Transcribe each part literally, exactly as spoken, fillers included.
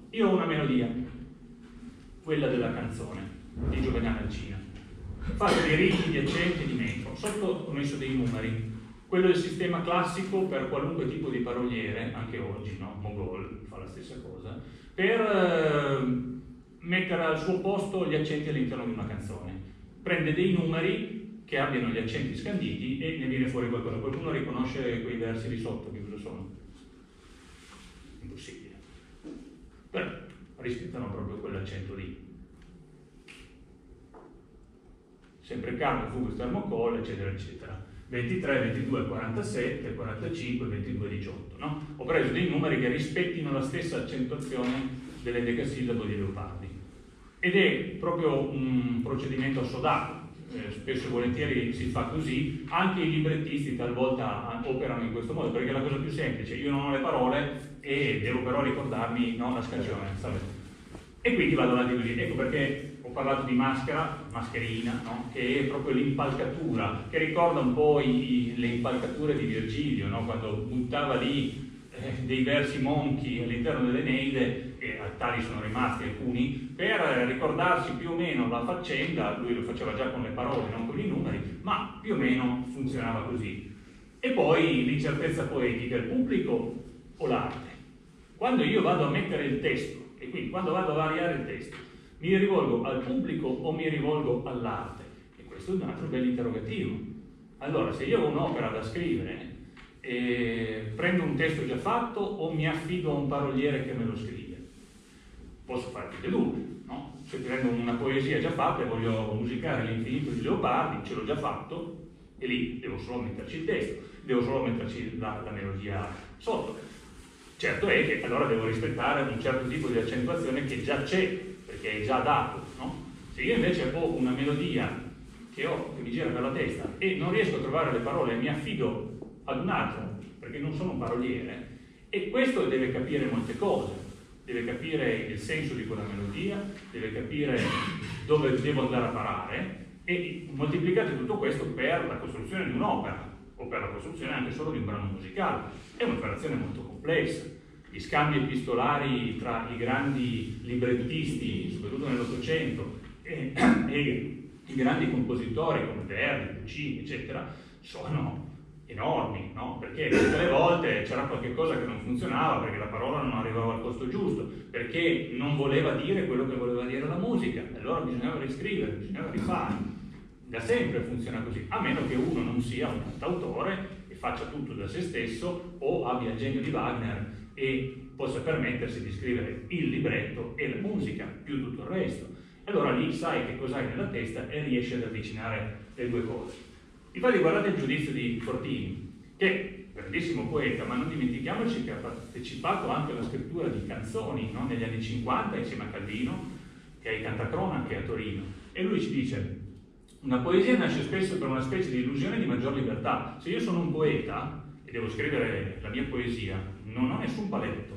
io ho una melodia, quella della canzone di Giovedì Alcina, fatto di riti, di accenti, di metro. Sotto ho messo dei numeri. Quello del sistema classico per qualunque tipo di paroliere, anche oggi, no? Mogol fa la stessa cosa, per eh, mettere al suo posto gli accenti all'interno di una canzone. Prende dei numeri che abbiano gli accenti scanditi e ne viene fuori qualcosa. Qualcuno riconosce quei versi di sotto, che cosa sono? Impossibile. Però rispettano proprio quell'accento lì. Sempre Carlo, Fugos, Termocolle, eccetera, eccetera. ventitré, ventidue, quarantasette, quarantacinque, ventidue, diciotto, no? Ho preso dei numeri che rispettino la stessa accentuazione dell'endecasillabo di Leopardi. Ed è proprio un procedimento assodato. Eh, spesso e volentieri si fa così, anche i librettisti talvolta operano in questo modo, perché è la cosa più semplice. Io non ho le parole e devo però ricordarmi, no, la scansione, e quindi vado avanti così. Ecco perché ho parlato di maschera, mascherina, no? Che è proprio l'impalcatura, che ricorda un po' i, le impalcature di Virgilio, no? Quando buttava lì eh, dei versi monchi all'interno dell'Eneide, e tali sono rimasti alcuni, per ricordarsi più o meno la faccenda. Lui lo faceva già con le parole, non con i numeri, ma più o meno funzionava così. E poi l'incertezza poetica, il pubblico o l'arte. Quando io vado a mettere il testo, e quindi quando vado a variare il testo, mi rivolgo al pubblico o mi rivolgo all'arte? E questo è un altro bell'interrogativo. Allora, se io ho un'opera da scrivere, eh, prendo un testo già fatto o mi affido a un paroliere che me lo scrive? Posso fare tutte e due, no? Se prendo una poesia già fatta e voglio musicare l'infinito di Leopardi, ce l'ho già fatto, e lì devo solo metterci il testo, devo solo metterci la, la melodia sotto. Certo è che allora devo rispettare un certo tipo di accentuazione che già c'è, perché è già dato, no? Se io invece ho una melodia che ho, che mi gira per la testa, e non riesco a trovare le parole e mi affido ad un altro, perché non sono un paroliere, e questo deve capire molte cose, deve capire il senso di quella melodia, deve capire dove devo andare a parare, e moltiplicate tutto questo per la costruzione di un'opera, o per la costruzione anche solo di un brano musicale. È un'operazione molto complessa. Gli scambi epistolari tra i grandi librettisti, soprattutto nell'Ottocento, e, e i grandi compositori come Verdi, Puccini, eccetera, sono enormi, no? Perché tutte le volte c'era qualche cosa che non funzionava, perché la parola non arrivava al posto giusto, perché non voleva dire quello che voleva dire la musica, e allora bisognava riscrivere, bisognava rifare. Da sempre funziona così, a meno che uno non sia un cantautore e faccia tutto da se stesso, o abbia il genio di Wagner e possa permettersi di scrivere il libretto e la musica, più tutto il resto. Allora lì sai che cosa hai nella testa e riesci ad avvicinare le due cose. Infatti guardate il giudizio di Fortini, che è un grandissimo poeta, ma non dimentichiamoci che ha partecipato anche alla scrittura di canzoni, no? Negli anni cinquanta insieme a Calvino, che è ai Cantacronache a Torino. E lui ci dice: una poesia nasce spesso per una specie di illusione di maggior libertà. Se io sono un poeta e devo scrivere la mia poesia, non ho nessun paletto.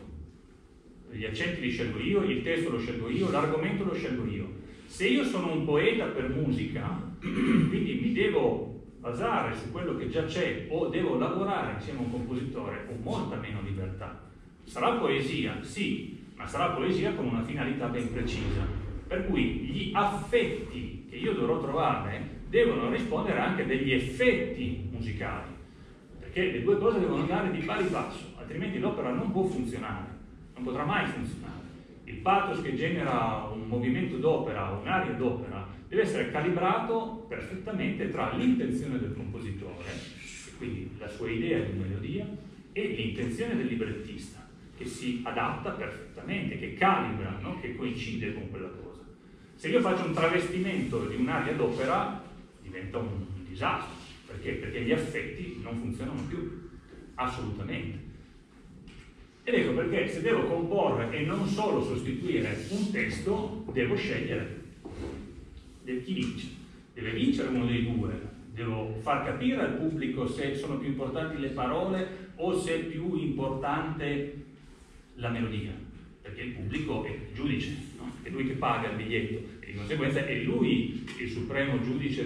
Gli accenti li scelgo io, il testo lo scelgo io, l'argomento lo scelgo io. Se io sono un poeta per musica, quindi mi devo basare su quello che già c'è o devo lavorare insieme a un compositore, ho molta meno libertà. Sarà poesia? Sì, ma sarà poesia con una finalità ben precisa. Per cui gli affetti che io dovrò trovare devono rispondere anche degli effetti musicali, perché le due cose devono andare di pari passo, altrimenti l'opera non può funzionare, non potrà mai funzionare. Il pathos che genera un movimento d'opera, un'aria d'opera, deve essere calibrato perfettamente tra l'intenzione del compositore, e quindi la sua idea di melodia, e l'intenzione del librettista, che si adatta perfettamente, che calibra, no? Che coincide con quella cosa. Se io faccio un travestimento di un'aria d'opera, diventa un disastro. Perché? Perché gli affetti non funzionano più, assolutamente. Ed ecco perché se devo comporre e non solo sostituire un testo, devo scegliere chi vince. Deve vincere uno dei due. Devo far capire al pubblico se sono più importanti le parole o se è più importante la melodia. Perché il pubblico è il giudice, no? È lui che paga il biglietto e di conseguenza è lui il supremo giudice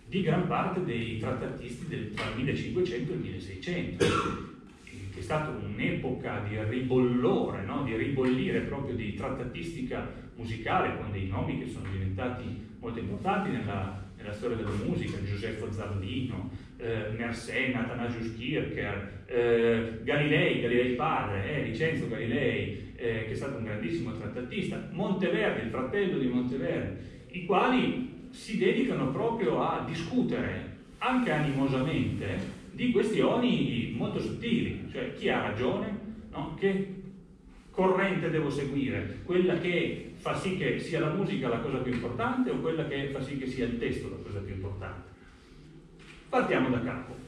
di gran parte dei trattatisti del, tra il millecinquecento e il milleseicento, che è stata un'epoca di ribollore, no? Di ribollire proprio di trattatistica musicale, con dei nomi che sono diventati molto importanti nella, nella storia della musica: Giuseppe Zardino, eh, Mersenne, Athanasius Kircher, eh, Galilei, Galilei padre, eh, Vincenzo Galilei, eh, che è stato un grandissimo trattattista, Monteverdi, il fratello di Monteverdi, i quali si dedicano proprio a discutere, anche animosamente, di questioni molto sottili, cioè chi ha ragione, no? Che corrente devo seguire, quella che fa sì che sia la musica la cosa più importante o quella che fa sì che sia il testo la cosa più importante. Partiamo da capo.